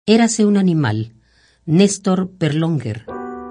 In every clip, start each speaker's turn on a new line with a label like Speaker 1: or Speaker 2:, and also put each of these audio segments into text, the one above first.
Speaker 1: Érase un animal, Néstor Perlonger.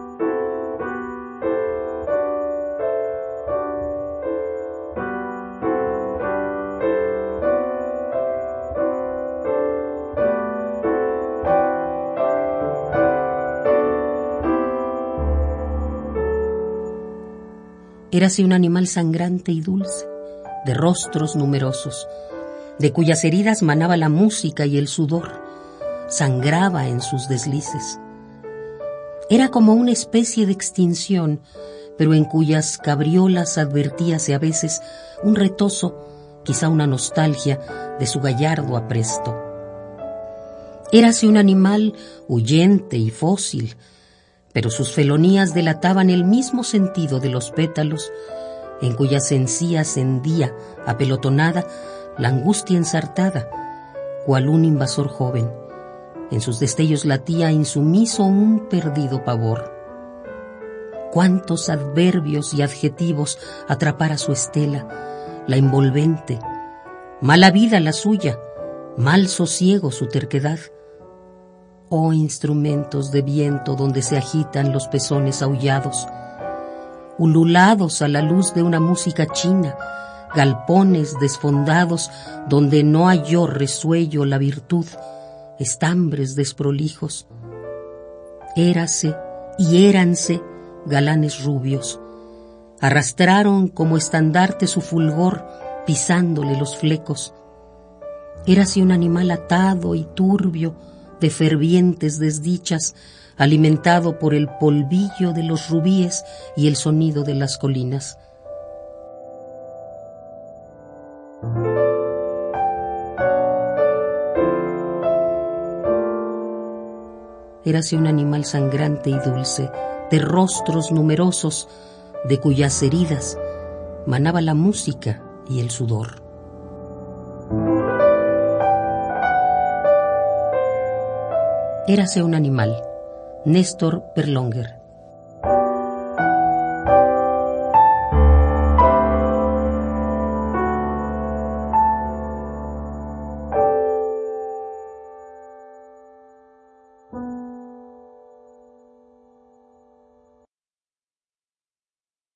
Speaker 1: Érase un animal sangrante y dulce, de rostros numerosos, de cuyas heridas manaba la música y el sudor, sangraba en sus deslices. Era como una especie de extinción, pero en cuyas cabriolas advertíase a veces un retozo, quizá una nostalgia, de su gallardo apresto. Érase un animal huyente y fósil, pero sus felonías delataban el mismo sentido de los pétalos, en cuyas encías hendía, apelotonada, la angustia ensartada, cual un invasor joven. En sus destellos latía insumiso un perdido pavor. Cuántos adverbios y adjetivos atrapara su estela, la envolvente. Mala vida la suya, mal sosiego su terquedad. Oh instrumentos de viento donde se agitan los pezones aullados, ululados a la luz de una música china, galpones desfondados donde no halló resuello la virtud, estambres desprolijos. Érase y éranse galanes rubios, arrastraron como estandarte su fulgor pisándole los flecos. Érase un animal atado y turbio de fervientes desdichas, alimentado por el polvillo de los rubíes y el sonido de las colinas. Érase un animal sangrante y dulce, de rostros numerosos, de cuyas heridas manaba la música y el sudor. Érase un animal, Néstor Perlonger.